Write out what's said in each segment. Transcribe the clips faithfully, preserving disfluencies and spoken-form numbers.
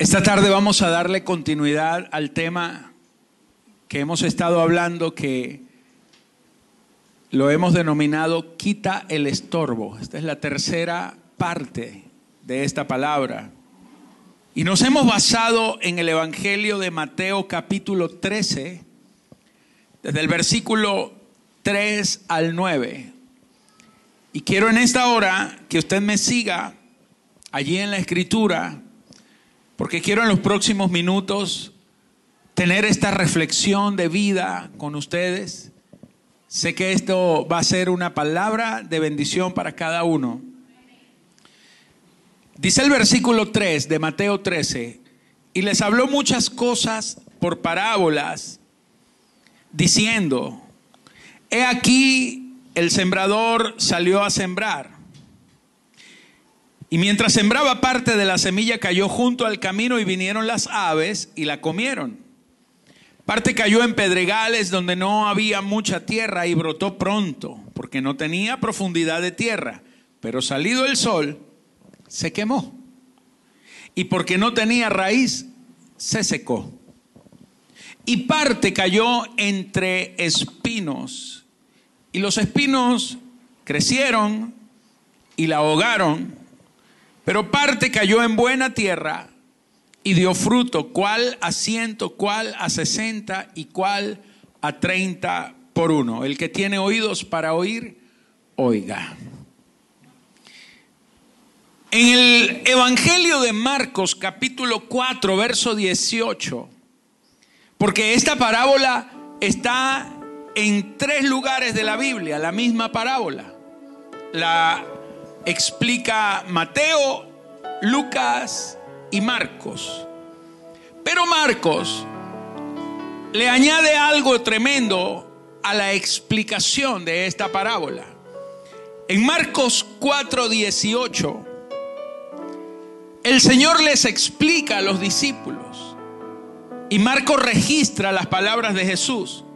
Esta tarde vamos a darle continuidad al tema que hemos estado hablando, que lo hemos denominado quita el estorbo. Esta es la tercera parte de esta palabra. Y nos hemos basado en el Evangelio de Mateo capítulo trece, desde el versículo tres al nueve. Y quiero en esta hora que usted me siga allí en la Escritura, porque quiero en los próximos minutos tener esta reflexión de vida con ustedes. Sé que esto va a ser una palabra de bendición para cada uno. Dice el versículo tres de Mateo trece: y les habló muchas cosas por parábolas, diciendo: he aquí el sembrador salió a sembrar. Y mientras sembraba, parte de la semilla cayó junto al camino y vinieron las aves y la comieron. Parte cayó en pedregales donde no había mucha tierra y brotó pronto, porque no tenía profundidad de tierra. Pero salido el sol, se quemó. Y porque no tenía raíz, se secó. Y parte cayó entre espinos. Y los espinos crecieron y la ahogaron. Pero parte cayó en buena tierra y dio fruto, cuál a ciento, cuál a sesenta y cuál a treinta por uno. El que tiene oídos para oír, oiga. En el Evangelio de Marcos, capítulo cuatro, verso dieciocho, porque esta parábola está en tres lugares de la Biblia, la misma parábola. La explica Mateo, Lucas y Marcos. Pero Marcos le añade algo tremendo a la explicación de esta parábola. En Marcos cuatro dieciocho, el Señor les explica a los discípulos, y Marcos registra las palabras de Jesús.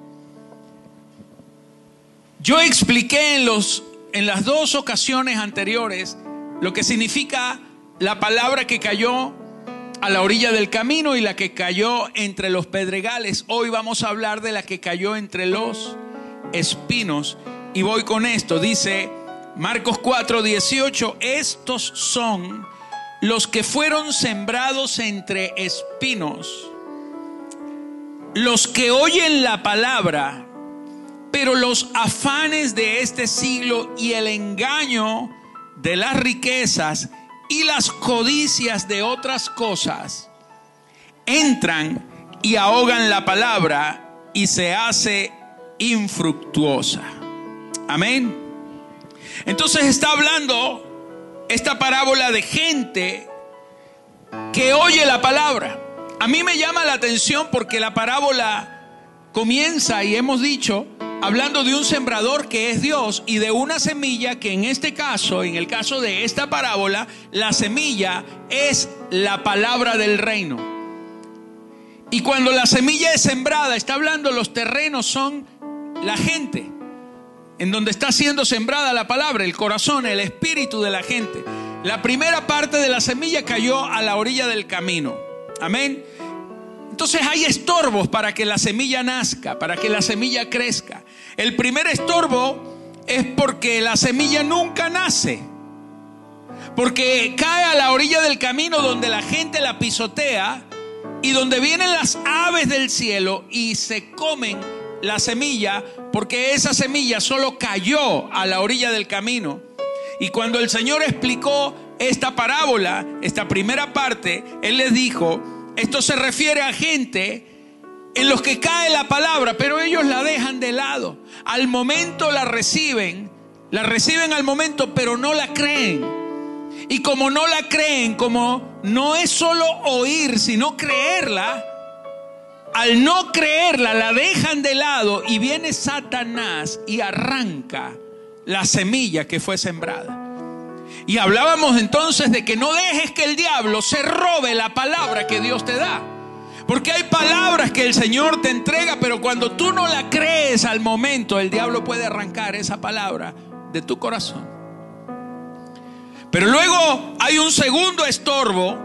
Yo expliqué en los en las dos ocasiones anteriores lo que significa la palabra que cayó a la orilla del camino y la que cayó entre los pedregales. Hoy vamos a hablar de la que cayó entre los espinos. Y voy con esto. Dice Marcos cuatro dieciocho: estos son los que fueron sembrados entre espinos, los que oyen la palabra, pero los afanes de este siglo y el engaño de las riquezas y las codicias de otras cosas entran y ahogan la palabra y se hace infructuosa. Amén. Entonces está hablando esta parábola de gente que oye la palabra. A mí me llama la atención porque la parábola comienza, y hemos dicho, hablando de un sembrador que es Dios y de una semilla que en este caso, en el caso de esta parábola, la semilla es la palabra del reino. Y cuando la semilla es sembrada, está hablando, los terrenos son la gente, en donde está siendo sembrada la palabra, el corazón, el espíritu de la gente. La primera parte de la semilla cayó a la orilla del camino. Amén. Entonces hay estorbos para que la semilla nazca, para que la semilla crezca. El primer estorbo es porque la semilla nunca nace, porque cae a la orilla del camino donde la gente la pisotea y donde vienen las aves del cielo y se comen la semilla, porque esa semilla solo cayó a la orilla del camino. Y cuando el Señor explicó esta parábola, esta primera parte, Él les dijo: esto se refiere a gente en los que cae la palabra, pero ellos la dejan de lado. Al momento la reciben, la reciben al momento, pero no la creen. Y como no la creen, como no es solo oír, sino creerla, al no creerla la dejan de lado y viene Satanás y arranca la semilla que fue sembrada. Y hablábamos entonces de que no dejes que el diablo se robe la palabra que Dios te da. Porque hay palabras que el Señor te entrega, pero cuando tú no la crees al momento, el diablo puede arrancar esa palabra de tu corazón. Pero luego hay un segundo estorbo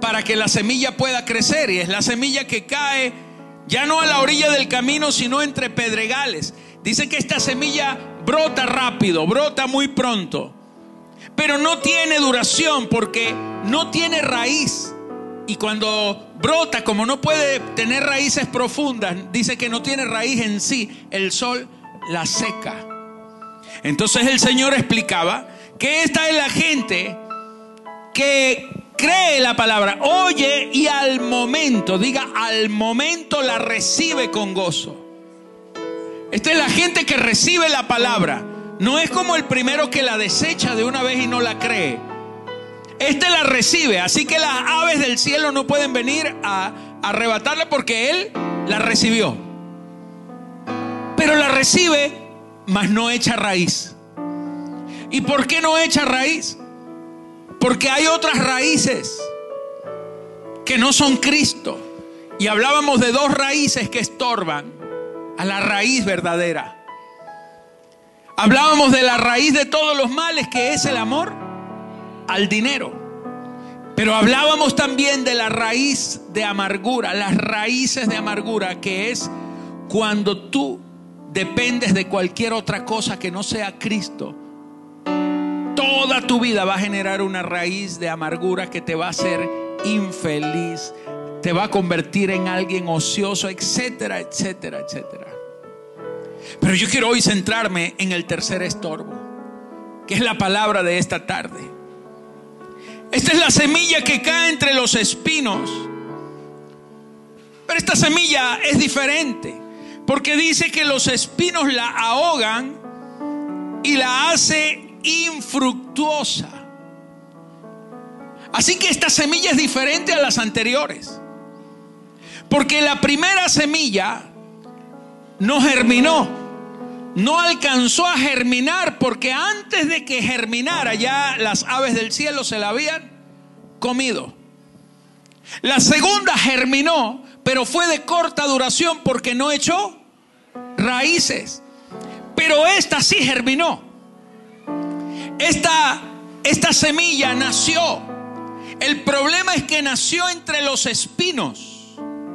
para que la semilla pueda crecer. Y es la semilla que cae ya no a la orilla del camino, sino entre pedregales. Dice que esta semilla brota rápido, brota muy pronto, pero no tiene duración porque no tiene raíz. Y cuando brota, como no puede tener raíces profundas, dice que no tiene raíz en sí, el sol la seca. Entonces el Señor explicaba que esta es la gente que cree la palabra, oye y al momento, diga al momento, la recibe con gozo. Esta es la gente que recibe la palabra. No es como el primero que la desecha de una vez y no la cree. Este la recibe, así que las aves del cielo no pueden venir a, a arrebatarla porque él la recibió. Pero la recibe, mas no echa raíz. ¿Y por qué no echa raíz? Porque hay otras raíces que no son Cristo. Y hablábamos de dos raíces que estorban a la raíz verdadera. Hablábamos de la raíz de todos los males, que es el amor al dinero. Pero hablábamos también de la raíz de amargura, las raíces de amargura, que es cuando tú dependes de cualquier otra cosa que no sea Cristo. Toda tu vida va a generar una raíz de amargura que te va a hacer infeliz, te va a convertir en alguien ocioso, etcétera, etcétera, etcétera. Pero yo quiero hoy centrarme en el tercer estorbo, que es la palabra de esta tarde. Esta es la semilla que cae entre los espinos. Pero esta semilla es diferente, porque dice que los espinos la ahogan y la hace infructuosa. Así que esta semilla es diferente a las anteriores, porque la primera semilla no germinó, no alcanzó a germinar, porque antes de que germinara ya las aves del cielo se la habían comido. La segunda germinó, pero fue de corta duración porque no echó raíces. Pero esta sí germinó. Esta, esta semilla nació. El problema es que nació entre los espinos.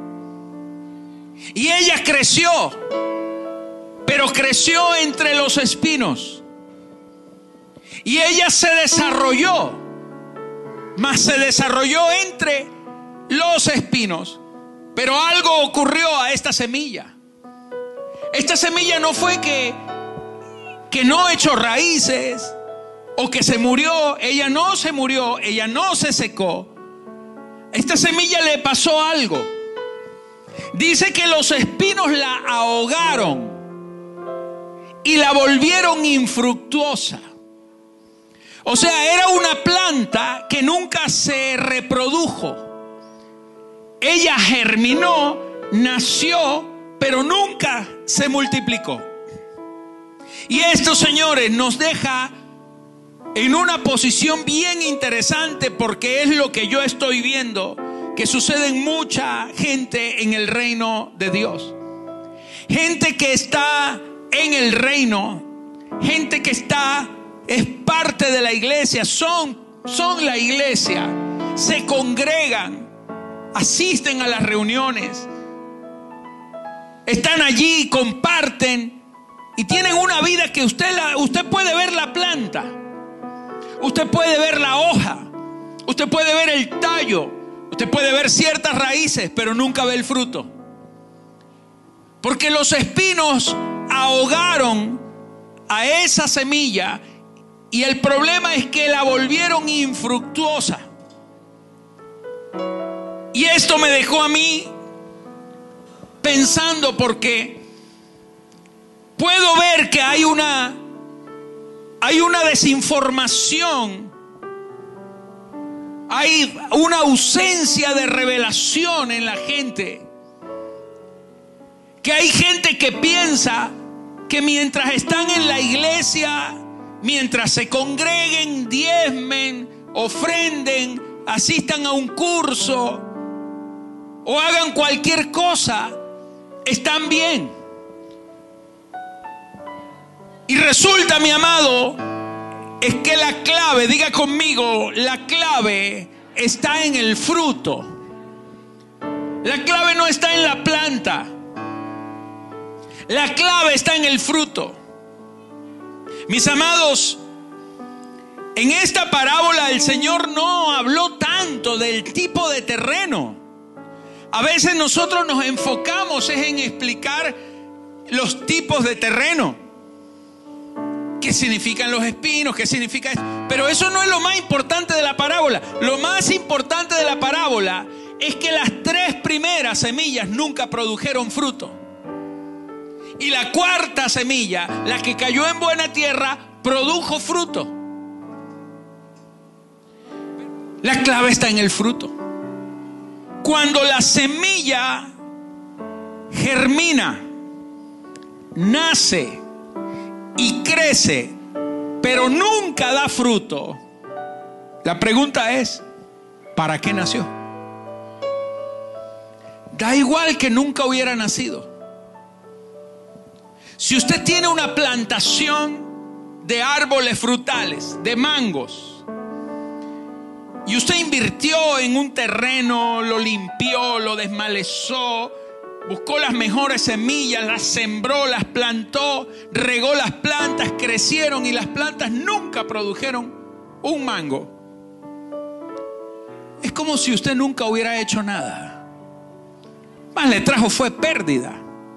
Y ella creció, pero creció entre los espinos. Y ella se desarrolló, mas se desarrolló entre los espinos. Pero algo ocurrió a esta semilla. Esta semilla no fue que, que no echó raíces o que se murió. Ella no se murió, ella no se secó. Esta semilla le pasó algo. Dice que los espinos la ahogaron y la volvieron infructuosa. O sea, era una planta que nunca se reprodujo. Ella germinó, nació, pero nunca se multiplicó. Y esto, señores, nos deja en una posición bien interesante, porque es lo que yo estoy viendo que sucede en mucha gente en el reino de Dios. Gente que está en el reino, gente que está, es parte de la iglesia, son, son la iglesia, se congregan, asisten a las reuniones, están allí, comparten y tienen una vida que usted, la, usted puede ver la planta, usted puede ver la hoja, usted puede ver el tallo, usted puede ver ciertas raíces, pero nunca ve el fruto. Porque los espinos ahogaron a esa semilla y el problema es que la volvieron infructuosa. Y esto me dejó a mí pensando, porque puedo ver que hay una, hay una desinformación, hay una ausencia de revelación en la gente. Que hay gente que piensa que mientras están en la iglesia, mientras se congreguen, diezmen, ofrenden, asistan a un curso o hagan cualquier cosa, están bien. Y resulta, mi amado, es que la clave, diga conmigo, la clave está en el fruto. La clave no está en la planta. La clave está en el fruto. Mis amados, en esta parábola el Señor no habló tanto del tipo de terreno. A veces nosotros nos enfocamos es en explicar los tipos de terreno. ¿Qué significan los espinos? ¿Qué significa eso? Pero eso no es lo más importante de la parábola. Lo más importante de la parábola es que las tres primeras semillas nunca produjeron fruto. Y la cuarta semilla, la que cayó en buena tierra, produjo fruto. La clave está en el fruto. Cuando la semilla germina, nace y crece, pero nunca da fruto, la pregunta es, ¿para qué nació? Da igual que nunca hubiera nacido. Si usted tiene una plantación de árboles frutales, de mangos, y usted invirtió en un terreno, lo limpió, lo desmalezó, buscó las mejores semillas, las sembró, las plantó, regó las plantas, crecieron y las plantas nunca produjeron un mango. Es como si usted nunca hubiera hecho nada. Más le trajo fue pérdida.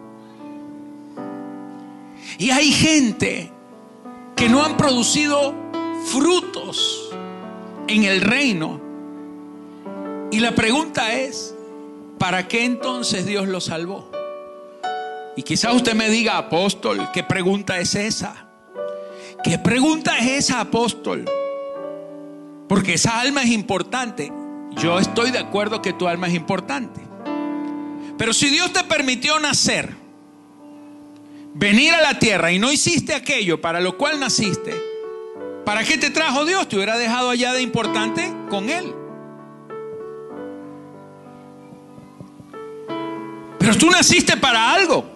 Y hay gente que no han producido frutos en el reino. Y la pregunta es, ¿para qué entonces Dios los salvó? Y quizás usted me diga, apóstol, ¿qué pregunta es esa? ¿Qué pregunta es esa, apóstol? Porque esa alma es importante. Yo estoy de acuerdo que tu alma es importante. Pero si Dios te permitió nacer, venir a la tierra y no hiciste aquello para lo cual naciste, ¿para qué te trajo Dios? Te hubiera dejado allá de importante con Él. Pero tú naciste para algo.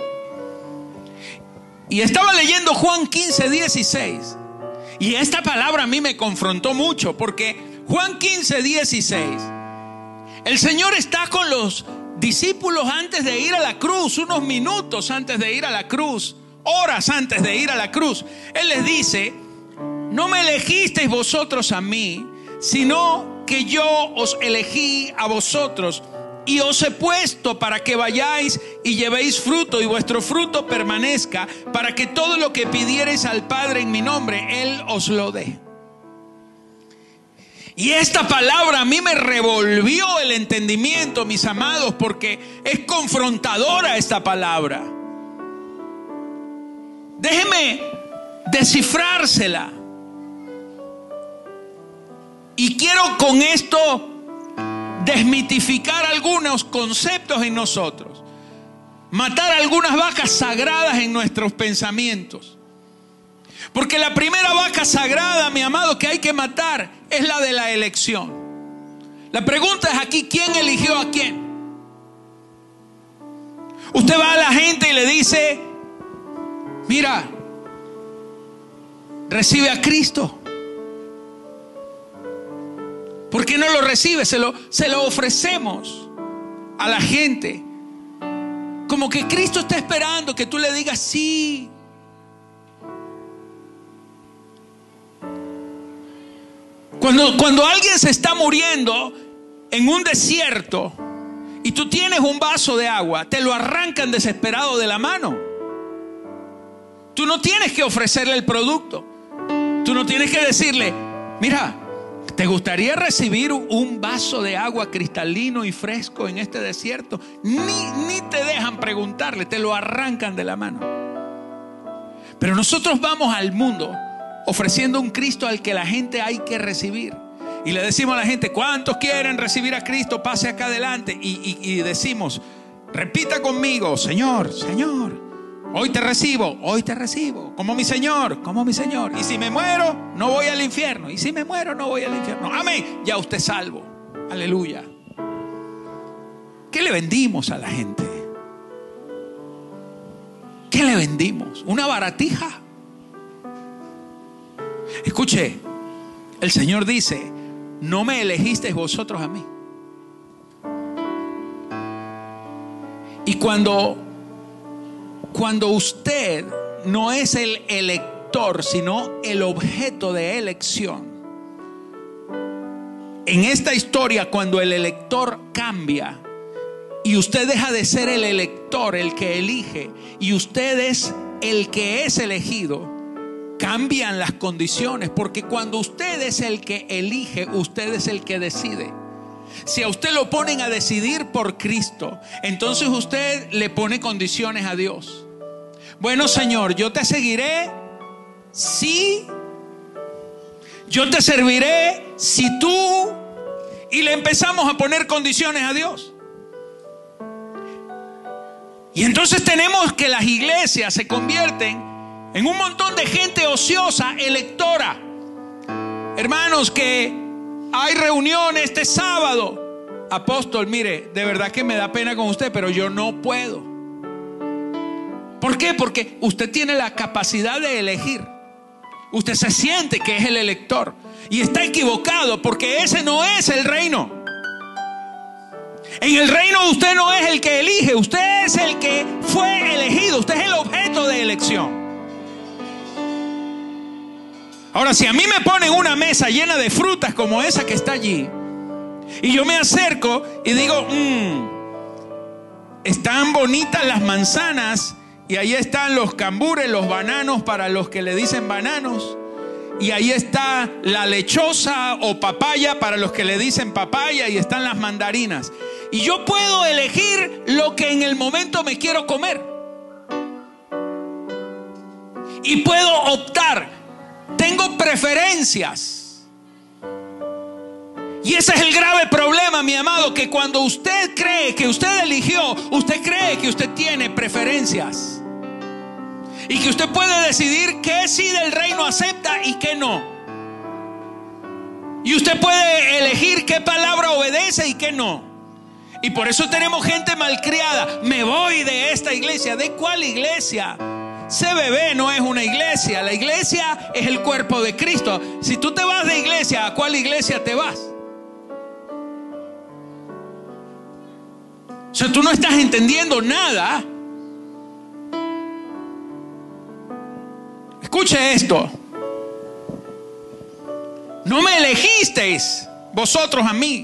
Y estaba leyendo Juan quince, dieciséis. Y esta palabra a mí me confrontó mucho, porque Juan quince, dieciséis, el Señor está con los discípulos antes de ir a la cruz, unos minutos antes de ir a la cruz, horas antes de ir a la cruz. Él les dice, no me elegisteis vosotros a mí, sino que yo os elegí a vosotros y os he puesto para que vayáis y llevéis fruto y vuestro fruto permanezca, para que todo lo que pidiereis al Padre en mi nombre, Él os lo dé. Y esta palabra a mí me revolvió el entendimiento, mis amados, porque es confrontadora esta palabra. Déjeme descifrársela. Y quiero con esto desmitificar algunos conceptos en nosotros. Matar algunas vacas sagradas en nuestros pensamientos. Porque la primera vaca sagrada, mi amado, que hay que matar es la de la elección. La pregunta es aquí, ¿quién eligió a quién? Usted va a la gente y le dice, mira, recibe a Cristo. ¿Por qué no lo recibe? Se lo, se lo ofrecemos a la gente. Como que Cristo está esperando que tú le digas sí. Cuando, cuando alguien se está muriendo en un desierto y tú tienes un vaso de agua, te lo arrancan desesperado de la mano. Tú no tienes que ofrecerle el producto. Tú no tienes que decirle, mira, ¿te gustaría recibir un vaso de agua cristalino y fresco en este desierto? Ni, ni te dejan preguntarle, te lo arrancan de la mano. Pero nosotros vamos al mundo ofreciendo un Cristo al que la gente hay que recibir. Y le decimos a la gente, ¿cuántos quieren recibir a Cristo? Pase acá adelante. Y, y, y decimos, repita conmigo, Señor, Señor, hoy te recibo, hoy te recibo, como mi Señor, como mi Señor. Y si me muero, no voy al infierno. Y si me muero, no voy al infierno. Amén, ya usted es salvo. Aleluya. ¿Qué le vendimos a la gente? ¿Qué le vendimos? ¿Una baratija? Escuche, el Señor dice, no me elegisteis vosotros a mí. Y cuando, cuando usted no es el elector, sino el objeto de elección, en esta historia, cuando el elector cambia y usted deja de ser el elector, el que elige, y usted es el que es elegido, cambian las condiciones, porque cuando usted es el que elige, usted es el que decide. Si a usted lo ponen a decidir por Cristo, entonces usted le pone condiciones a Dios. Bueno, Señor, yo te seguiré si, yo te serviré si tú, y le empezamos a poner condiciones a Dios. Y entonces tenemos que las iglesias se convierten en un montón de gente ociosa, electora. Hermanos, que hay reuniones este sábado. Apóstol, mire, de verdad que me da pena con usted, pero yo no puedo. ¿Por qué? Porque usted tiene la capacidad de elegir. Usted se siente que es el elector y está equivocado, porque ese no es el reino. En el reino usted no es el que elige, usted es el que fue elegido, usted es el objeto de elección. Ahora, si a mí me ponen una mesa llena de frutas como esa que está allí, y yo me acerco y digo, mmm, están bonitas las manzanas, y ahí están los cambures, los bananos para los que le dicen bananos, y ahí está la lechosa o papaya para los que le dicen papaya, y están las mandarinas, y yo puedo elegir lo que en el momento me quiero comer, y puedo optar. Tengo preferencias. Y ese es el grave problema, mi amado, que cuando usted cree que usted eligió, usted cree que usted tiene preferencias y que usted puede decidir qué sí del reino acepta y qué no. Y usted puede elegir qué palabra obedece y qué no. Y por eso tenemos gente malcriada. Me voy de esta iglesia. ¿De cuál iglesia? C B B no es una iglesia. La iglesia es el cuerpo de Cristo. Si tú te vas de iglesia, ¿a cuál iglesia te vas? O sea, tú no estás entendiendo nada. Escuche esto. No me elegisteis vosotros a mí.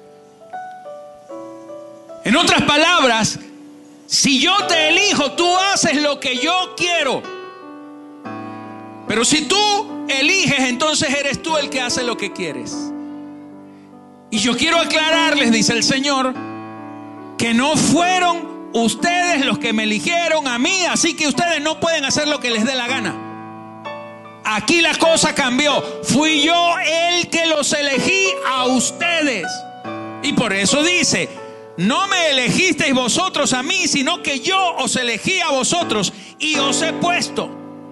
En otras palabras, si yo te elijo, tú haces lo que yo quiero. Pero si tú eliges, entonces eres tú el que hace lo que quieres. Y yo quiero aclararles, dice el Señor, que no fueron ustedes los que me eligieron a mí, así que ustedes no pueden hacer lo que les dé la gana. Aquí la cosa cambió. Fui yo el que los elegí a ustedes. Y por eso dice: no me elegisteis vosotros a mí, sino que yo os elegí a vosotros y os he puesto.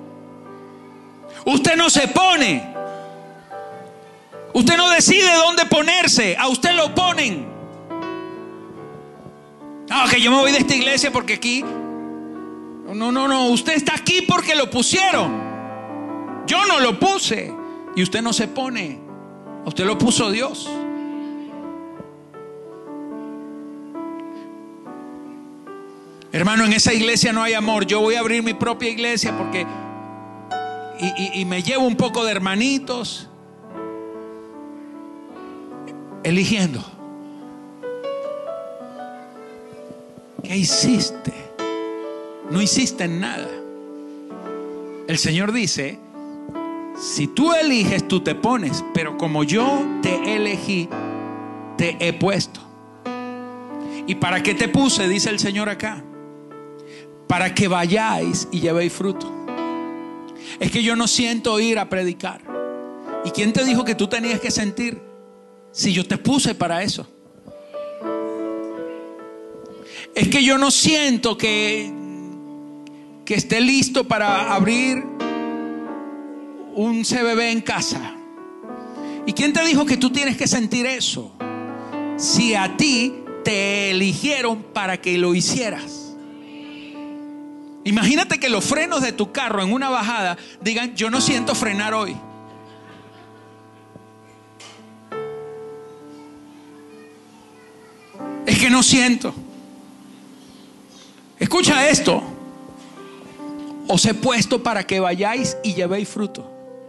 Usted no se pone. Usted no decide dónde ponerse. A usted lo ponen. Ah, que yo me voy de esta iglesia porque aquí. No, no, no. Usted está aquí porque lo pusieron. Yo no lo puse. Y usted no se pone. A usted lo puso Dios. Hermano, en esa iglesia no hay amor. Yo voy a abrir mi propia iglesia porque y, y, y me llevo un poco de hermanitos eligiendo. ¿Qué hiciste? No hiciste nada. El Señor dice: si tú eliges, tú te pones, pero como yo te elegí, te he puesto. ¿Y para qué te puse? Dice el Señor acá: para que vayáis y llevéis fruto. Es que yo no siento ir a predicar. ¿Y quién te dijo que tú tenías que sentir? Si yo te puse para eso. Es que yo no siento que, que esté listo para abrir un C B B en casa. ¿Y quién te dijo que tú tienes que sentir eso? Si a ti te eligieron para que lo hicieras. Imagínate que los frenos de tu carro en una bajada digan: yo no siento frenar hoy. que no siento. Escucha esto. Os he puesto para que vayáis y llevéis fruto.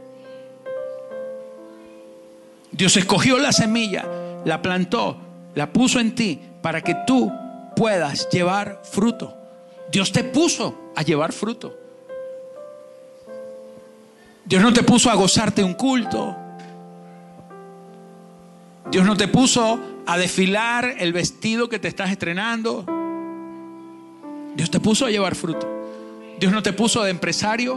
Dios escogió la semilla, la plantó, la puso en ti para que tú puedas llevar fruto. Dios te puso a llevar fruto. Dios no te puso a gozarte un culto. Dios no te puso a desfilar el vestido que te estás estrenando. Dios te puso a llevar fruto. Dios no te puso de empresario,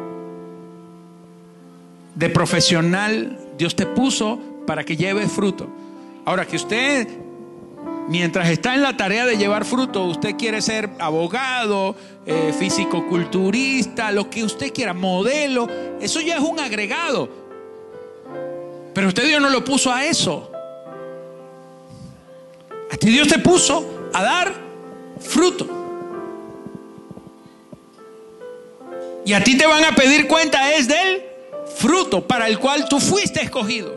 de profesional. Dios te puso para que lleves fruto. Ahora, que usted, mientras está en la tarea de llevar fruto, usted quiere ser abogado, eh, físico-culturista, lo que usted quiera, modelo, eso ya es un agregado. Pero usted, Dios no lo puso a eso. A ti Dios te puso a dar fruto. Y a ti te van a pedir cuenta es del fruto para el cual tú fuiste escogido.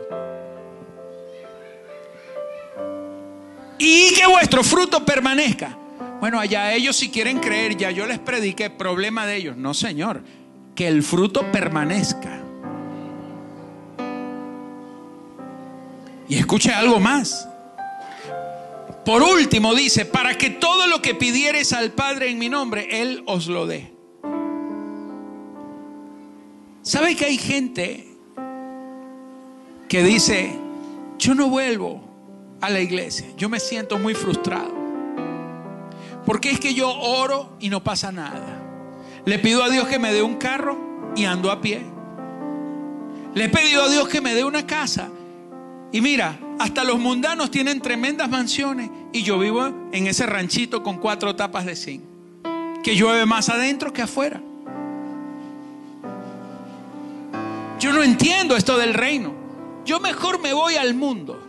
Y que vuestro fruto permanezca. Bueno, allá ellos si quieren creer, ya yo les prediqué, problema de ellos. No, Señor, que el fruto permanezca. Y escuche algo más. Por último dice, para que todo lo que pidieres al Padre en mi nombre, Él os lo dé. ¿Sabe que hay gente que dice, yo no vuelvo a la iglesia, yo me siento muy frustrado, porque es que yo oro y no pasa nada? Le pido a Dios que me dé un carro y ando a pie. Le he pedido a Dios que me dé una casa y mira, hasta los mundanos tienen tremendas mansiones y yo vivo en ese ranchito con cuatro tapas de zinc, que llueve más adentro que afuera. Yo no entiendo esto del reino. Yo mejor me voy al mundo.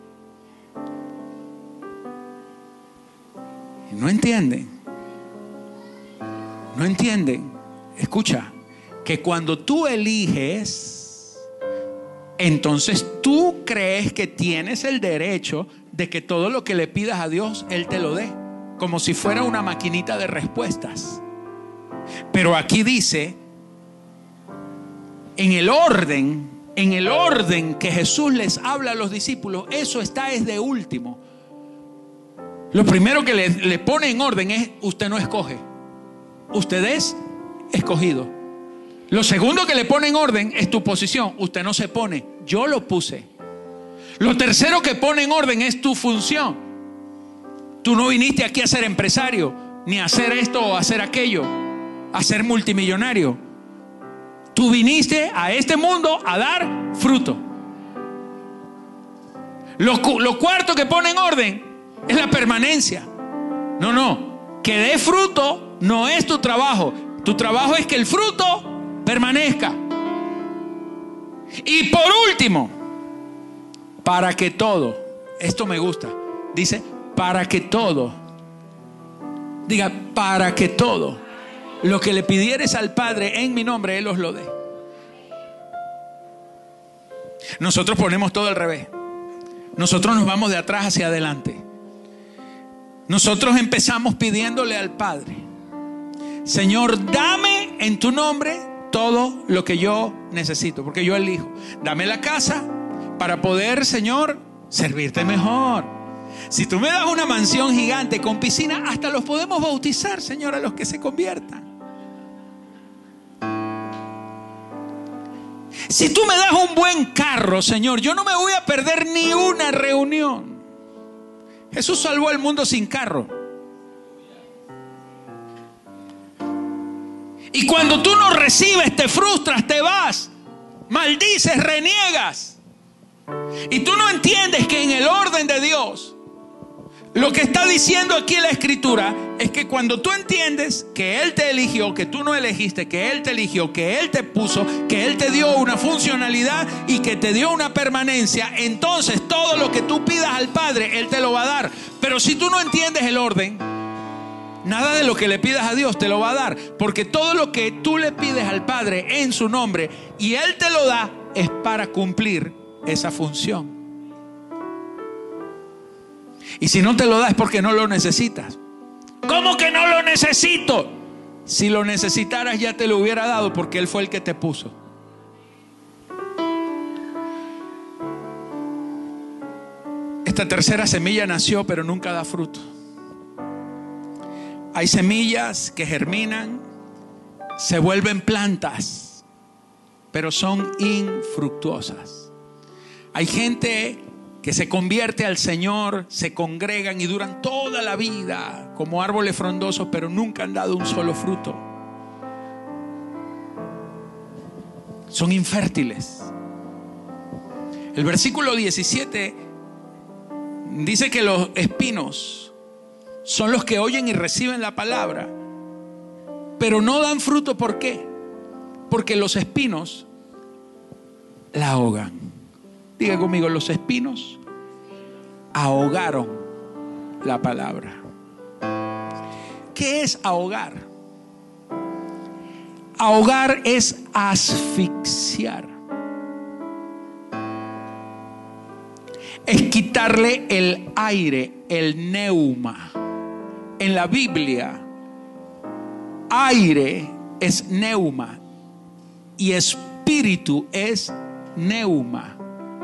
No entienden. No entienden. Escucha, que cuando tú eliges, entonces tú crees que tienes el derecho de que todo lo que le pidas a Dios, Él te lo dé, como si fuera una maquinita de respuestas. Pero aquí dice, en el orden, en el orden que Jesús les habla a los discípulos, eso está es de último. Lo primero que le, le pone en orden es, usted no escoge, usted es escogido. Lo segundo que le pone en orden es tu posición, usted no se pone, yo lo puse. Lo tercero que pone en orden es tu función. Tú no viniste aquí a ser empresario, ni a hacer esto o a hacer aquello, a ser multimillonario. Tú viniste a este mundo a dar fruto. Lo, lo cuarto que pone en orden es la permanencia. No, no, que dé fruto no es tu trabajo. Tu trabajo es que el fruto permanezca. Y por último, para que todo, esto me gusta, dice, para que todo, diga, para que todo lo que le pidieres al Padre en mi nombre, Él os lo dé. Nosotros ponemos todo al revés. Nosotros nos vamos de atrás hacia adelante. Nosotros empezamos pidiéndole al Padre, Señor, dame en tu nombre todo lo que yo necesito, porque yo elijo. Dame la casa para poder, Señor, servirte mejor. Si tú me das una mansión gigante con piscina, hasta los podemos bautizar, Señor, a los que se conviertan. Si tú me das un buen carro, Señor, yo no me voy a perder ni una reunión. Jesús salvó al mundo sin carro. Y cuando tú no recibes, te frustras, te vas, maldices, reniegas. Y tú no entiendes que en el orden de Dios, lo que está diciendo aquí la Escritura es que cuando tú entiendes que Él te eligió, que tú no elegiste, que Él te eligió, que Él te puso, que Él te dio una funcionalidad y que te dio una permanencia, entonces todo lo que tú pidas al Padre, Él te lo va a dar. Pero si tú no entiendes el orden, nada de lo que le pidas a Dios te lo va a dar, porque todo lo que tú le pides al Padre en su nombre y Él te lo da es para cumplir esa función. Y si no te lo da es porque no lo necesitas. ¿Cómo que no lo necesito? Si lo necesitaras ya te lo hubiera dado, porque Él fue el que te puso. Esta tercera semilla nació, pero nunca da fruto. Hay semillas que germinan, se vuelven plantas, pero son infructuosas. Hay gente que se convierte al Señor, se congregan y duran toda la vida como árboles frondosos, pero nunca han dado un solo fruto. Son infértiles. El versículo diecisiete dice que los espinos son los que oyen y reciben la palabra, pero no dan fruto. ¿Por qué? Porque los espinos la ahogan. Diga conmigo, los espinos ahogaron la palabra. ¿Qué es ahogar? Ahogar es asfixiar. Es quitarle el aire, el neuma. En la Biblia, aire es neuma y espíritu es neuma.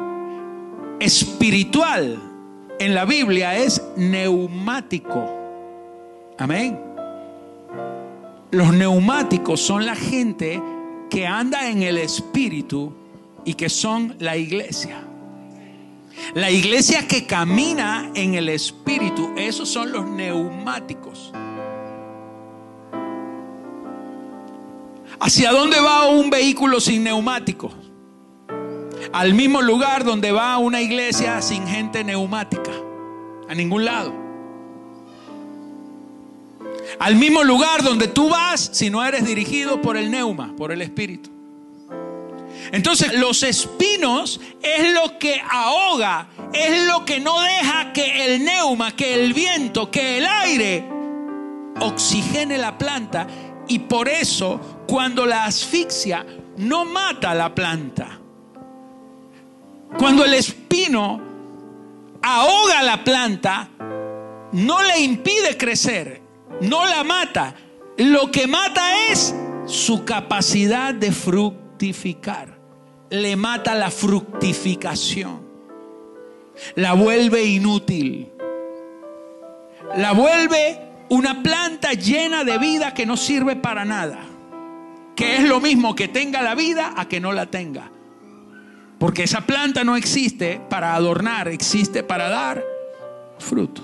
Espiritual en la Biblia es neumático. Amén. Los neumáticos son la gente que anda en el espíritu y que son la iglesia. La iglesia que camina en el espíritu, esos son los neumáticos. ¿Hacia dónde va un vehículo sin neumáticos? Al mismo lugar donde va una iglesia sin gente neumática. A ningún lado. Al mismo lugar donde tú vas si no eres dirigido por el neuma, por el espíritu. Entonces los espinos es lo que ahoga, es lo que no deja que el neuma, que el viento, que el aire oxigene la planta. Y por eso cuando la asfixia no mata a la planta. Cuando el espino ahoga la planta, no le impide crecer, no la mata. Lo que mata es su capacidad de fructificar. Le mata la fructificación. La vuelve inútil. La vuelve una planta llena de vida que no sirve para nada. Que es lo mismo que tenga la vida a que no la tenga. Porque esa planta no existe para adornar, existe para dar fruto.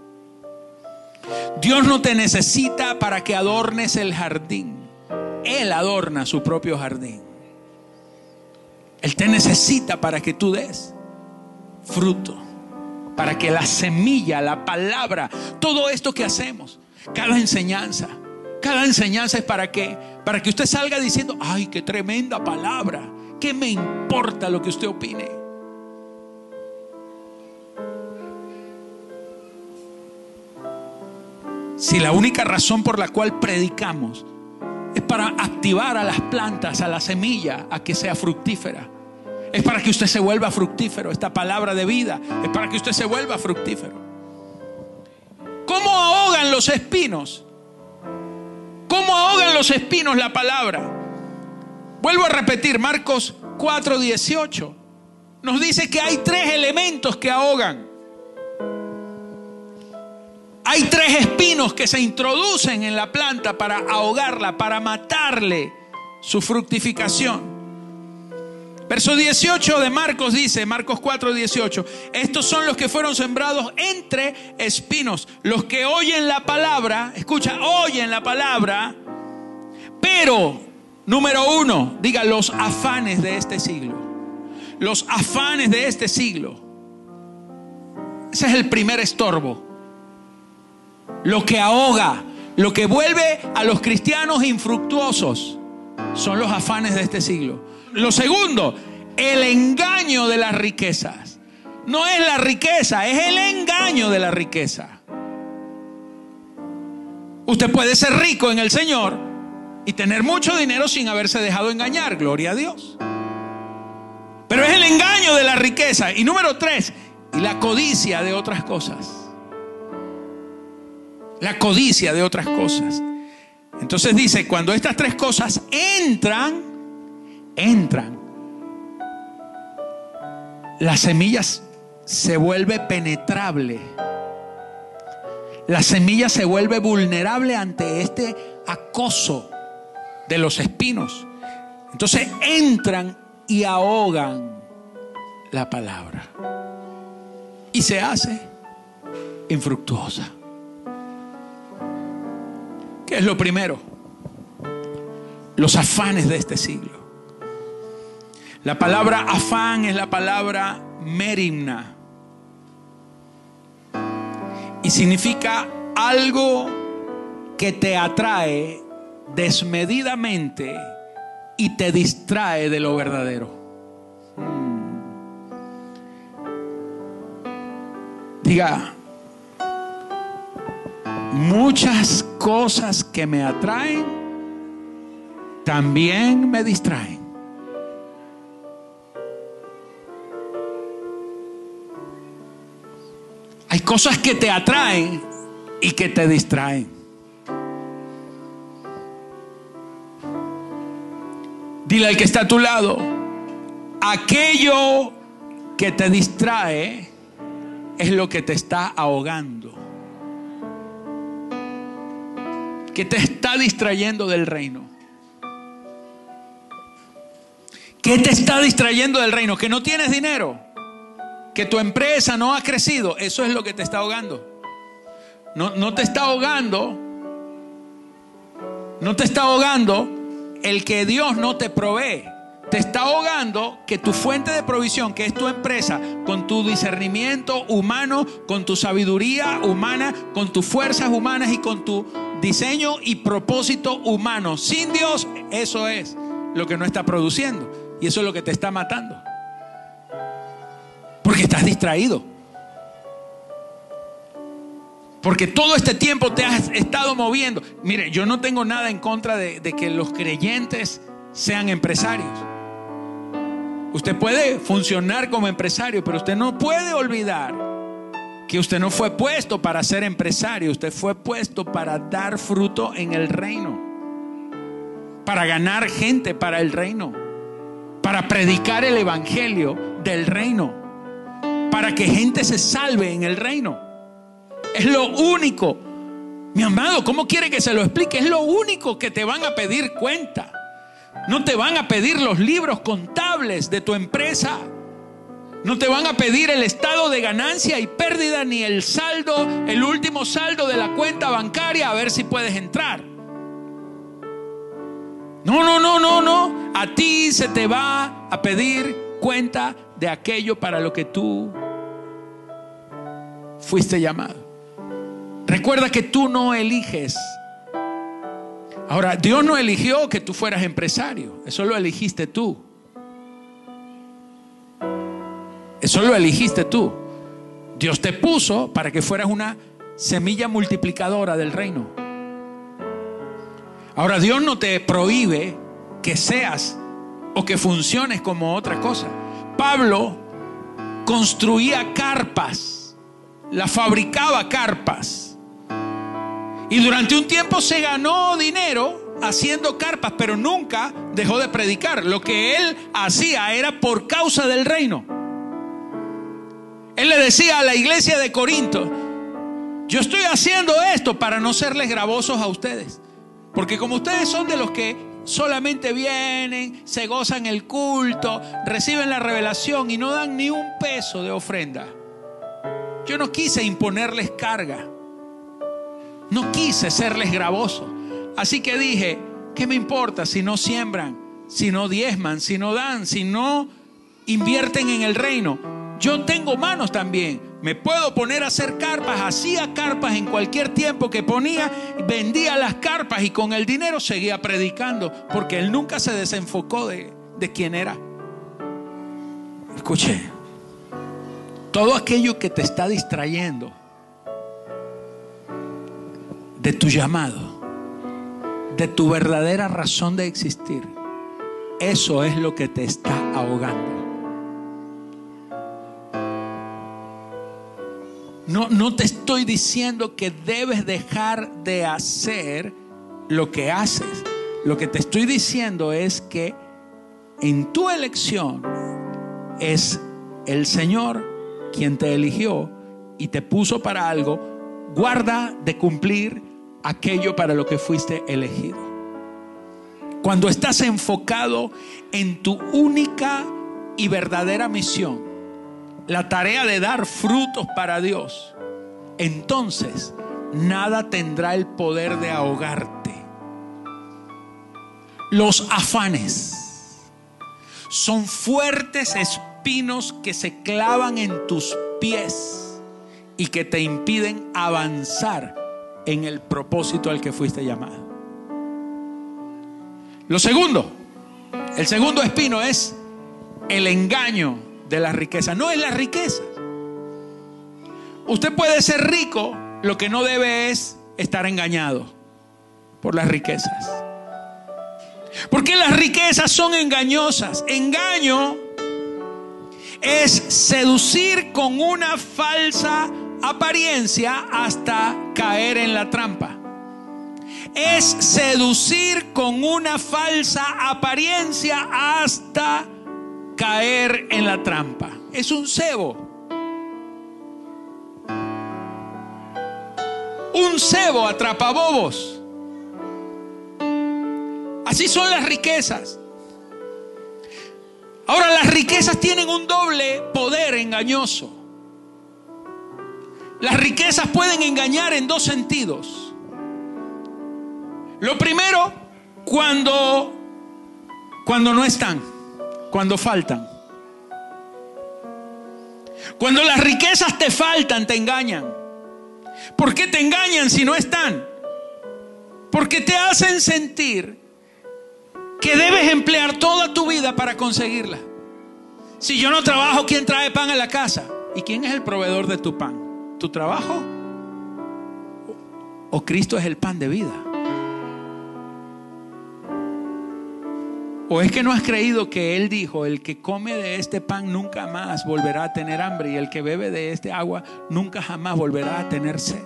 Dios no te necesita para que adornes el jardín. Él adorna su propio jardín. Él te necesita para que tú des fruto. Para que la semilla, la palabra, todo esto que hacemos, cada enseñanza, cada enseñanza es para que, para que usted salga diciendo: ay, qué tremenda palabra. ¿Qué me importa lo que usted opine? Si la única razón por la cual predicamos es para activar a las plantas, a la semilla, a que sea fructífera, es para que usted se vuelva fructífero. Esta palabra de vida es para que usted se vuelva fructífero. ¿Cómo ahogan los espinos? ¿Cómo ahogan los espinos la palabra? Vuelvo a repetir, Marcos cuatro dieciocho nos dice que hay tres elementos que ahogan. Hay tres espinos que se introducen en la planta para ahogarla, para matarle su fructificación. Verso dieciocho de Marcos dice, Marcos cuatro dieciocho: estos son los que fueron sembrados entre espinos, los que oyen la palabra. Escucha, oyen la palabra, pero número uno, diga, los afanes de este siglo. Los afanes de este siglo. Ese es el primer estorbo. Lo que ahoga, lo que vuelve a los cristianos infructuosos, son los afanes de este siglo. Lo segundo, el engaño de las riquezas. No es la riqueza, es el engaño de la riqueza. Usted puede ser rico en el Señor y tener mucho dinero sin haberse dejado engañar, gloria a Dios. Pero es el engaño de la riqueza. Y número tres, y la codicia de otras cosas. la codicia de otras cosas. Entonces dice, cuando estas tres cosas entran, entran, la semilla se vuelve penetrable. La semilla se vuelve vulnerable ante este acoso de los espinos. Entonces entran y ahogan la palabra. Y se hace infructuosa. ¿Qué es lo primero? Los afanes de este siglo. La palabra afán es la palabra merimna. Y significa algo que te atrae desmedidamente y te distrae de lo verdadero. Hmm. Diga, muchas cosas que me atraen también me distraen. Hay cosas que te atraen y que te distraen. Dile al que está a tu lado, aquello que te distrae es lo que te está ahogando. Que te está distrayendo del reino. ¿Qué te está distrayendo del reino? Que no tienes dinero. Que tu empresa no ha crecido. Eso es lo que te está ahogando. No, no te está ahogando. No te está ahogando el que Dios no te provee. Te está ahogando que tu fuente de provisión, que es tu empresa, con tu discernimiento humano, con tu sabiduría humana, con tus fuerzas humanas y con tu diseño y propósito humano, sin Dios, eso es lo que no está produciendo. Y eso es lo que te está matando. Porque estás distraído. Porque todo este tiempo te has estado moviendo. Mire, yo no tengo nada en contra de, de que los creyentes sean empresarios. Usted puede funcionar como empresario, pero usted no puede olvidar que usted no fue puesto para ser empresario. Usted fue puesto para dar fruto en el reino, para ganar gente para el reino, para predicar el evangelio del reino, para que gente se salve en el reino. Es lo único. Mi amado, ¿cómo quiere que se lo explique? Es lo único que te van a pedir cuenta. No te van a pedir los libros contables de tu empresa. No te van a pedir el estado de ganancia y pérdida, ni el saldo, el último saldo de la cuenta bancaria, a ver si puedes entrar. No, no, no, no, no. A ti se te va a pedir cuenta de aquello para lo que tú fuiste llamado. Recuerda que tú no eliges. Ahora, Dios no eligió que tú fueras empresario. Eso lo eligiste tú. Eso lo eligiste tú. Dios te puso para que fueras una semilla multiplicadora del reino. Ahora, Dios no te prohíbe que seas o que funciones como otra cosa. Pablo construía carpas, la fabricaba carpas. Y durante un tiempo se ganó dinero haciendo carpas, pero nunca dejó de predicar. Lo que él hacía era por causa del reino. Él le decía a la iglesia de Corinto: yo estoy haciendo esto para no serles gravosos a ustedes. Porque como ustedes son de los que solamente vienen, se gozan el culto, reciben la revelación y no dan ni un peso de ofrenda, yo no quise imponerles carga. No quise serles gravoso. Así que dije, ¿qué me importa si no siembran, si no diezman, si no dan, si no invierten en el reino? Yo tengo manos también. Me puedo poner a hacer carpas. Hacía carpas en cualquier tiempo que ponía. Vendía las carpas y con el dinero seguía predicando. Porque él nunca se desenfocó de, de quién era. Escuche. Todo aquello que te está distrayendo de tu llamado, de tu verdadera razón de existir, eso es lo que te está ahogando. No, no te estoy diciendo que debes dejar de hacer lo que haces. Lo que te estoy diciendo es que en tu elección es el Señor quien te eligió y te puso para algo. Guarda de cumplir aquello para lo que fuiste elegido. Cuando estás enfocado en tu única y verdadera misión, la tarea de dar frutos para Dios, entonces nada tendrá el poder de ahogarte. Los afanes son fuertes espinos que se clavan en tus pies y que te impiden avanzar en el propósito al que fuiste llamado. Lo segundo, el segundo espino es el engaño de la riqueza. No es la riqueza. Usted puede ser rico, lo que no debe es estar engañado por las riquezas. Porque las riquezas son engañosas. Engaño es seducir con una falsa apariencia hasta caer en la trampa. Es seducir con una falsa apariencia hasta caer en la trampa. Es un cebo. Un cebo atrapabobos. Así son las riquezas. Ahora, las riquezas tienen un doble poder engañoso. Las riquezas pueden engañar en dos sentidos. Lo primero, cuando, cuando no están, cuando faltan. Cuando las riquezas te faltan, te engañan. ¿Por qué te engañan si no están? Porque te hacen sentir que debes emplear toda tu vida para conseguirla. Si yo no trabajo, ¿quién trae pan a la casa? ¿Y quién es el proveedor de tu pan? ¿Tu trabajo? ¿O Cristo es el pan de vida? ¿O es que no has creído que Él dijo: el que come de este pan nunca más volverá a tener hambre, y el que bebe de este agua nunca jamás volverá a tener sed?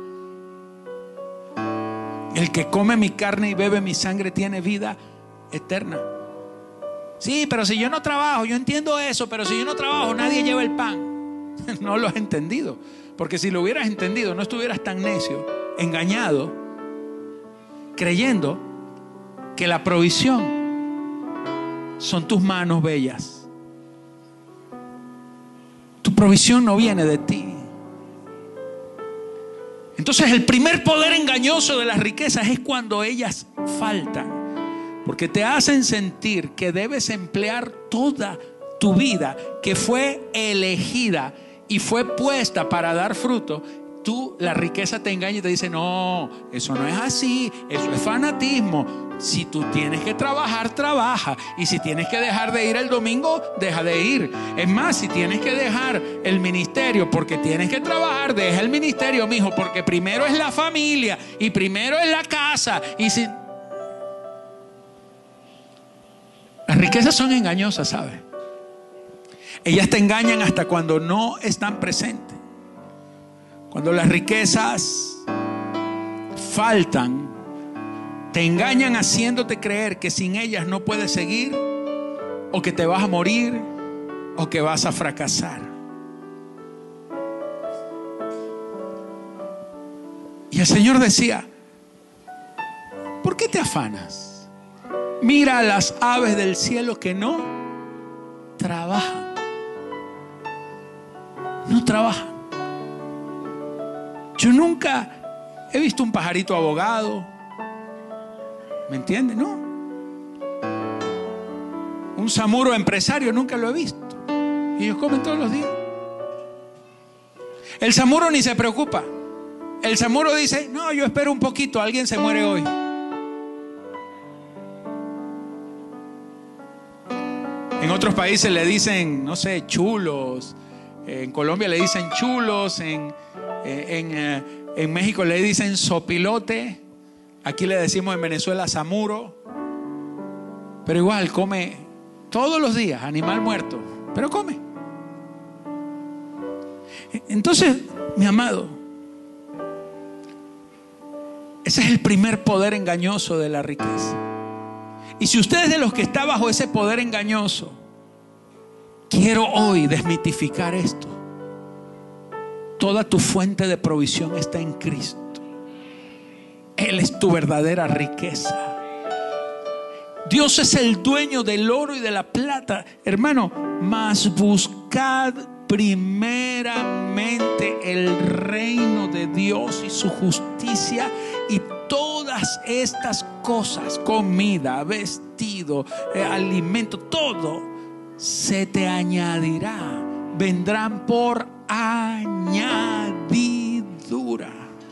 El que come mi carne y bebe mi sangre tiene vida eterna. Sí, pero si yo no trabajo, yo entiendo eso, pero si yo no trabajo, nadie lleva el pan. No lo has entendido, porque si lo hubieras entendido, no estuvieras tan necio, engañado, creyendo que la provisión son tus manos bellas. Tu provisión no viene de ti. Entonces, el primer poder engañoso de las riquezas es cuando ellas faltan, porque te hacen sentir que debes emplear toda tu vida, que fue elegida y fue puesta para dar fruto. Tú, la riqueza te engaña y te dice: no, eso no es así, eso es fanatismo. Si tú tienes que trabajar, trabaja. Y si tienes que dejar de ir el domingo, deja de ir. Es más, si tienes que dejar el ministerio porque tienes que trabajar, deja el ministerio, mijo, porque primero es la familia y primero es la casa. Y si... Las riquezas son engañosas, ¿sabes? Ellas te engañan hasta cuando no están presentes. Cuando las riquezas faltan, te engañan haciéndote creer que sin ellas no puedes seguir, o que te vas a morir, o que vas a fracasar. Y el Señor decía: ¿por qué te afanas? Mira a las aves del cielo que no trabajan. No trabajan. Yo nunca he visto un pajarito abogado. ¿Me entiendes? No. Un samuro empresario nunca lo he visto. Y ellos comen todos los días. El samuro ni se preocupa. El samuro dice: no, yo espero un poquito, alguien se muere hoy. En otros países le dicen, no sé, chulos. En Colombia le dicen chulos. En, en, en, en México le dicen sopilote. Aquí le decimos en Venezuela samuro. Pero igual come todos los días, animal muerto, pero come. Entonces Mi amado, ese es el primer poder engañoso de la riqueza. Y si usted es de los que está bajo ese poder engañoso, quiero hoy desmitificar esto. Toda tu fuente de provisión está en Cristo. Él es tu verdadera riqueza. Dios es el dueño del oro y de la plata. Hermano, mas buscad primeramente el reino de Dios y su justicia, y todas estas cosas, comida, vestido, eh, alimento, todo se te añadirá, vendrán por añadidura.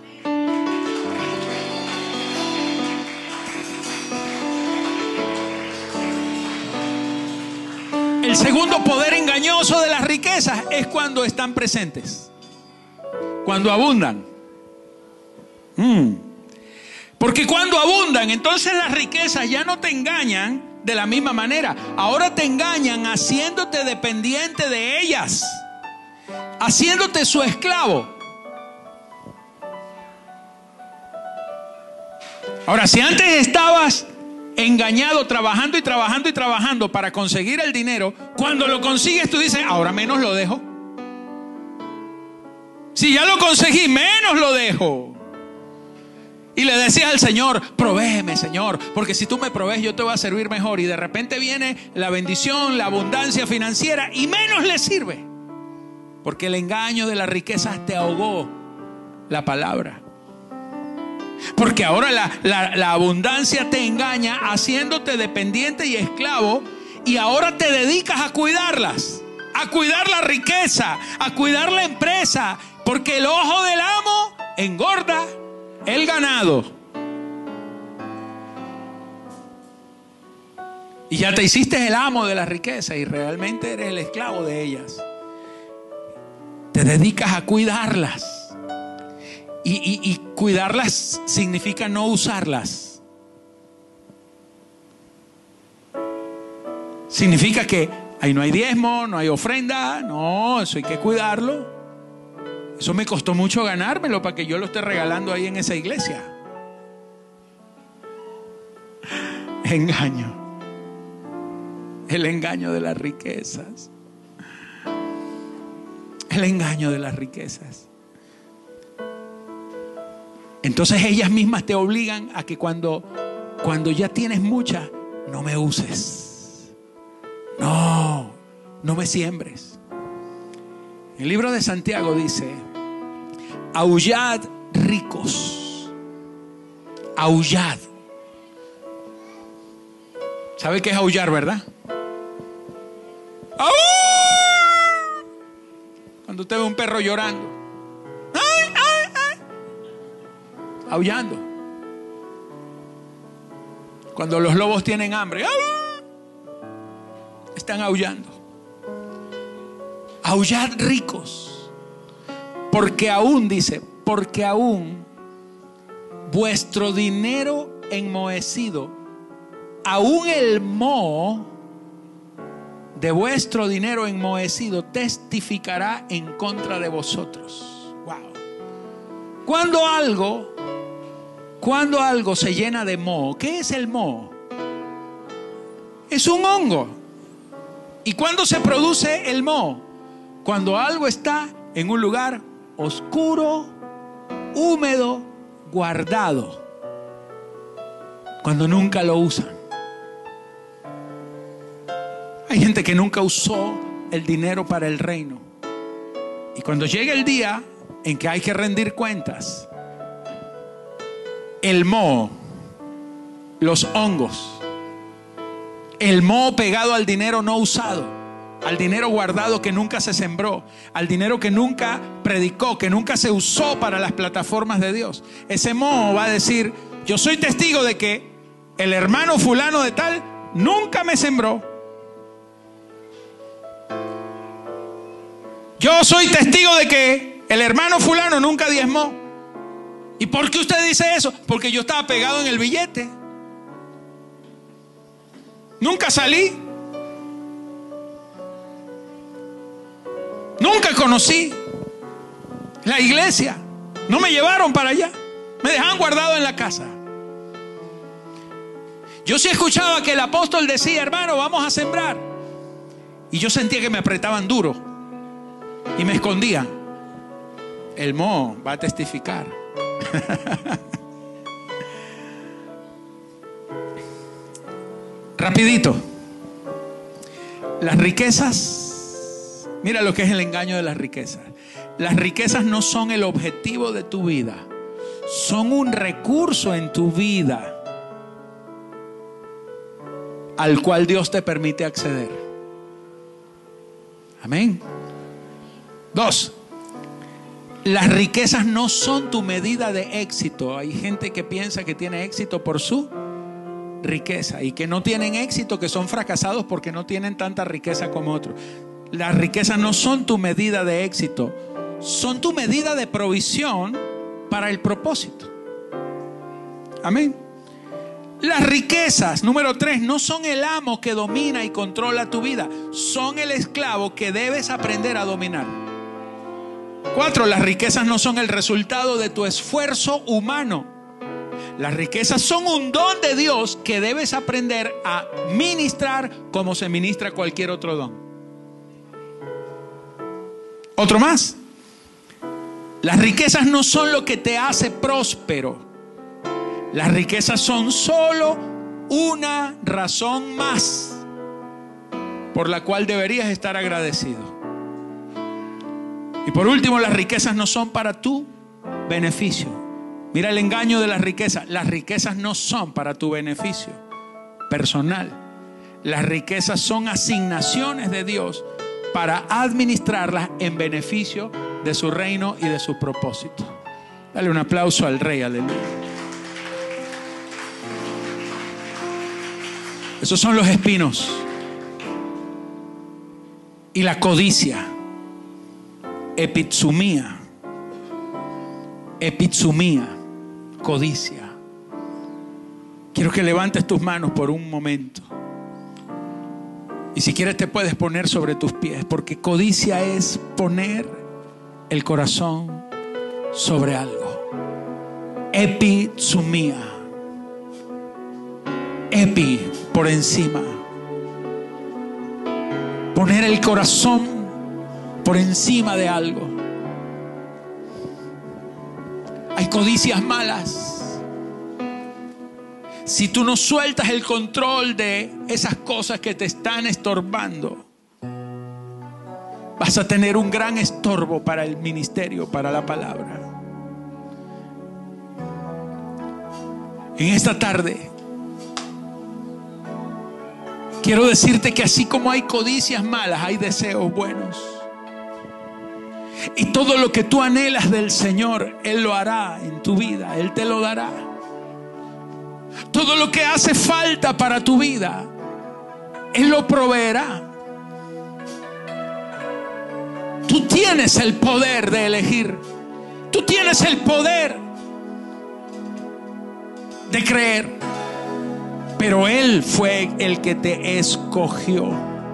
El segundo poder engañoso de las riquezas es cuando están presentes, cuando abundan. Mm. Porque cuando abundan, entonces las riquezas ya no te engañan de la misma manera. Ahora te engañan haciéndote dependiente de ellas, haciéndote su esclavo. Ahora, si antes estabas engañado, trabajando y trabajando y trabajando para conseguir el dinero, cuando lo consigues tú dices, ahora menos lo dejo. Si ya lo conseguí, menos lo dejo. Y le decías al Señor, provéeme, Señor, porque si tú me provees yo te voy a servir mejor. Y de repente viene la bendición, la abundancia financiera, y menos le sirve, porque el engaño de las riquezas te ahogó la palabra. Porque ahora la, la, la abundancia te engaña haciéndote dependiente y esclavo, y ahora te dedicas a cuidarlas, a cuidar la riqueza, a cuidar la empresa, porque el ojo del amo engorda el ganado. Y ya te hiciste el amo de la riqueza y realmente eres el esclavo de ellas. Te dedicas a cuidarlas. Y, y, y cuidarlas significa no usarlas. Significa que ahí no hay diezmo, no hay ofrenda. No, eso hay que cuidarlo. Eso me costó mucho ganármelo para que yo lo esté regalando ahí en esa iglesia. Engaño. El engaño de las riquezas. El engaño de las riquezas. Entonces ellas mismas te obligan a que cuando, cuando ya tienes mucha, no me uses. No, no me siembres. El libro de Santiago dice, aullad ricos. Aullad. ¿Sabe qué es aullar, verdad? ¡Au! Cuando usted ve un perro llorando. ¡Ay, ay, ay! Aullando. Cuando los lobos tienen hambre, ¡au! Están aullando. Aullad ricos, porque aún, dice, porque aún vuestro dinero enmohecido, aún el moho de vuestro dinero enmohecido testificará en contra de vosotros. Wow. Cuando algo, cuando algo se llena de moho, ¿qué es el moho? Es un hongo. ¿Y cuándo se produce el moho? Cuando algo está en un lugar oscuro, húmedo, guardado. Cuando nunca lo usan. Hay gente que nunca usó el dinero para el reino. Y cuando llega el día en que hay que rendir cuentas, el moho, los hongos, el moho pegado al dinero no usado, al dinero guardado que nunca se sembró, al dinero que nunca predicó, que nunca se usó para las plataformas de Dios. Ese moho va a decir, yo soy testigo de que el hermano fulano de tal nunca me sembró. Yo soy testigo de que el hermano fulano nunca diezmó. ¿Y por qué usted dice eso? Porque yo estaba pegado en el billete. Nunca salí. Nunca conocí. La iglesia. No me llevaron para allá. Me dejaban guardado en la casa. Yo sí escuchaba que el apóstol decía, hermano, vamos a sembrar. Y yo sentía que me apretaban duro. Y me escondían. El Mo va a testificar. Rapidito. Las riquezas. Mira lo que es el engaño de las riquezas. Las riquezas no son el objetivo de tu vida. Son un recurso en tu vida al cual Dios te permite acceder. Amén. Dos. Las riquezas no son tu medida de éxito. Hay gente que piensa que tiene éxito por su riqueza y que no tienen éxito, que son fracasados porque no tienen tanta riqueza como otros. Las riquezas no son tu medida de éxito, son tu medida de provisión para el propósito. Amén. Las riquezas, número tres, no son el amo que domina y controla tu vida, son el esclavo que debes aprender a dominar. Cuatro, las riquezas no son el resultado de tu esfuerzo humano. Las riquezas son un don de Dios que debes aprender a ministrar como se ministra cualquier otro don. Otro más. Las riquezas no son lo que te hace próspero. Las riquezas son solo una razón más por la cual deberías estar agradecido. Y por último, las riquezas no son para tu beneficio. Mira el engaño de las riquezas. Las riquezas no son para tu beneficio personal. Las riquezas son asignaciones de Dios para administrarlas en beneficio de su reino y de su propósito. Dale un aplauso al Rey, aleluya. Esos son los espinos. Y la codicia. Epitsumía. Epitsumía. Codicia. Quiero que levantes tus manos por un momento. Y si quieres te puedes poner sobre tus pies, porque codicia es poner el corazón sobre algo. Epitsumía. Epi, por encima. Poner el corazón por encima de algo. Hay codicias malas. Si tú no sueltas el control de esas cosas que te están estorbando, vas a tener un gran estorbo para el ministerio, para la palabra. En esta tarde quiero decirte que así como hay codicias malas, hay deseos buenos. Y todo lo que tú anhelas del Señor, Él lo hará en tu vida. Él te lo dará. Todo lo que hace falta para tu vida, Él lo proveerá. Tú tienes el poder de elegir. Tú tienes el poder de creer. Pero Él fue el que te escogió.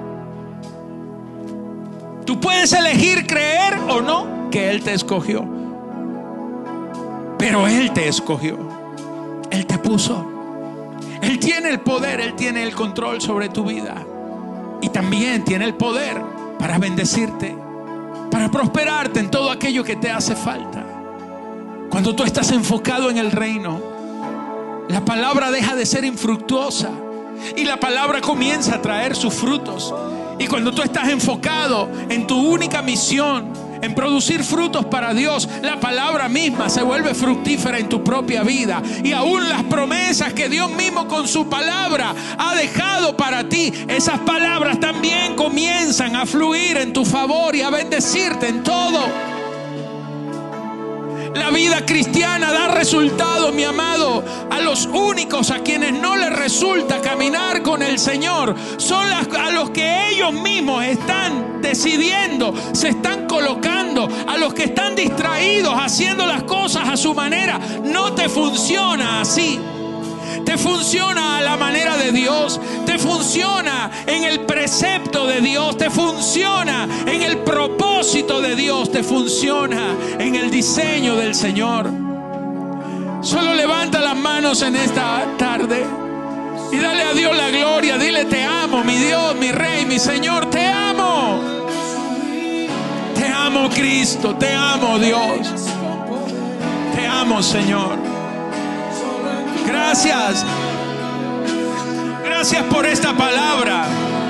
Tú puedes elegir creer o no que Él te escogió. Pero Él te escogió. Él te puso. Él tiene el poder, Él tiene el control sobre tu vida. Y también tiene el poder para bendecirte, para prosperarte en todo aquello que te hace falta. Cuando tú estás enfocado en el reino, la palabra deja de ser infructuosa y la palabra comienza a traer sus frutos. Y cuando tú estás enfocado en tu única misión, en producir frutos para Dios, la palabra misma se vuelve fructífera en tu propia vida. Y aún las promesas que Dios mismo con su palabra ha dejado para ti, esas palabras también comienzan a fluir en tu favor y a bendecirte en todo. La vida cristiana da resultado, mi amado. A los únicos a quienes no les resulta caminar con el Señor son las, a los que ellos mismos están decidiendo, se están colocando, a los que están distraídos haciendo las cosas a su manera. No te funciona así. te funciona a la manera de Dios, te funciona en el precepto de Dios, te funciona en el propósito de Dios, te funciona en el diseño del Señor. Solo levanta las manos en esta tarde y dale a Dios la gloria. Dile: te amo, mi Dios, mi Rey, mi Señor, te amo. Te amo, Cristo, te amo, Dios. Te amo, Señor. Gracias. Gracias por esta palabra.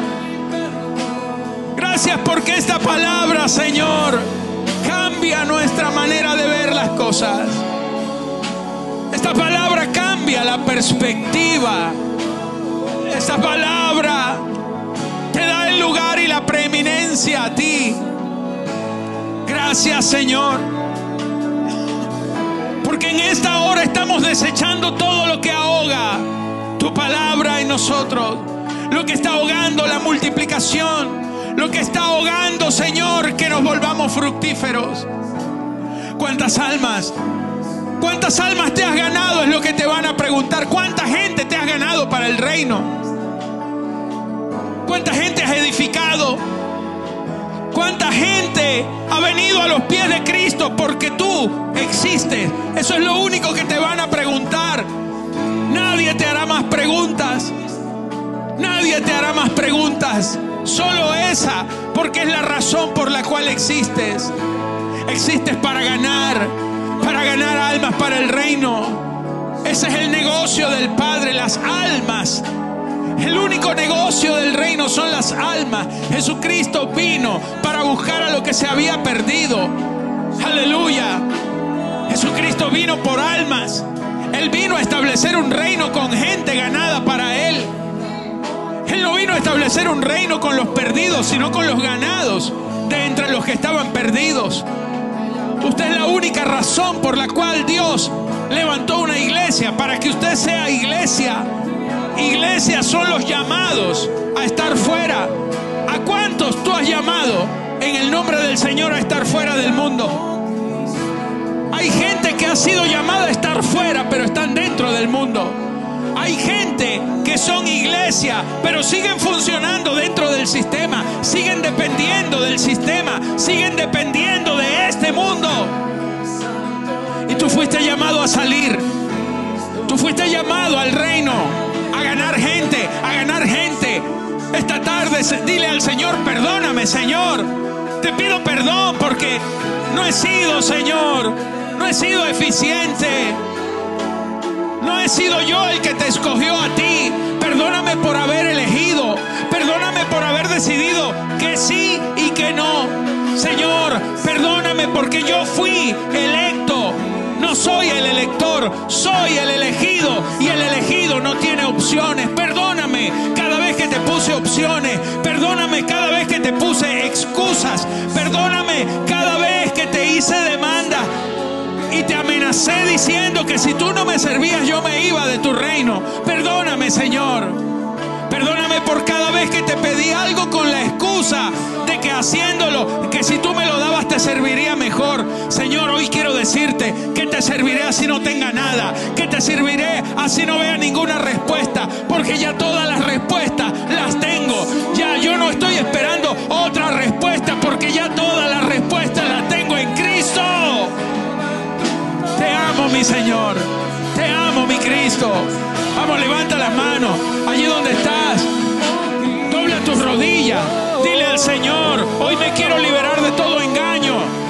Gracias porque esta palabra, Señor, cambia nuestra manera de ver las cosas. Esta palabra cambia la perspectiva. Esta palabra te da el lugar y la preeminencia a ti. Gracias, Señor, porque en esta hora estamos desechando todo lo que ahoga tu palabra en nosotros, lo que está ahogando la multiplicación, lo que está ahogando, Señor, que nos volvamos fructíferos. ¿Cuántas almas? ¿Cuántas almas te has ganado? Es lo que te van a preguntar. ¿Cuánta gente te has ganado para el reino? ¿Cuánta gente has edificado? ¿Cuánta gente ha venido a los pies de Cristo porque tú existes? Eso es lo único que te van a preguntar. Nadie te hará más preguntas. Nadie te hará más preguntas. Solo esa, porque es la razón por la cual existes. Existes para ganar, para ganar almas para el reino. Ese es el negocio del Padre, las almas. El único negocio del reino son las almas. Jesucristo vino para buscar a lo que se había perdido. Aleluya. Jesucristo vino por almas. Él vino a establecer un reino con gente ganada para Él. Él no vino a establecer un reino con los perdidos, sino con los ganados de entre los que estaban perdidos. Usted es la única razón por la cual Dios levantó una iglesia, para que usted sea iglesia. Iglesias son los llamados a estar fuera. ¿A cuántos tú has llamado en el nombre del Señor a estar fuera del mundo? Hay gente que ha sido llamada a estar fuera, pero están dentro del mundo. Hay gente que son iglesia, pero siguen funcionando dentro del sistema, siguen dependiendo del sistema, siguen dependiendo de este mundo. Y tú fuiste llamado a salir. Tú fuiste llamado al reino, a ganar gente, a ganar gente. Esta tarde dile al Señor: perdóname, Señor. Te pido perdón porque no he sido, Señor, no he sido eficiente. No he sido yo el que te escogió a ti. Perdóname por haber elegido. Perdóname por haber decidido que sí y que no. Señor, perdóname porque yo fui electo. No soy el elector, soy el elegido. Y el elegido no tiene opciones. Perdóname cada vez que te puse opciones. Perdóname cada vez que te puse excusas. Perdóname cada vez que te hice demanda y te amenacé diciendo que si tú no me servías yo me iba de tu reino. Perdóname, Señor. Perdóname por cada vez que te pedí algo con la excusa de que haciéndolo, que si tú me lo dabas te serviría mejor. Señor, hoy quiero decirte que te serviré así no tenga nada, que te serviré así no vea ninguna respuesta, porque ya todas las respuestas las tengo. Ya yo no estoy esperando otra respuesta, porque ya todas las respuestas las tengo en Cristo. Te amo, mi Señor. Te amo, mi Cristo. Vamos, levanta las manos. Allí donde estás, dobla tus rodillas. Dile al Señor: hoy me quiero liberar de todo engaño.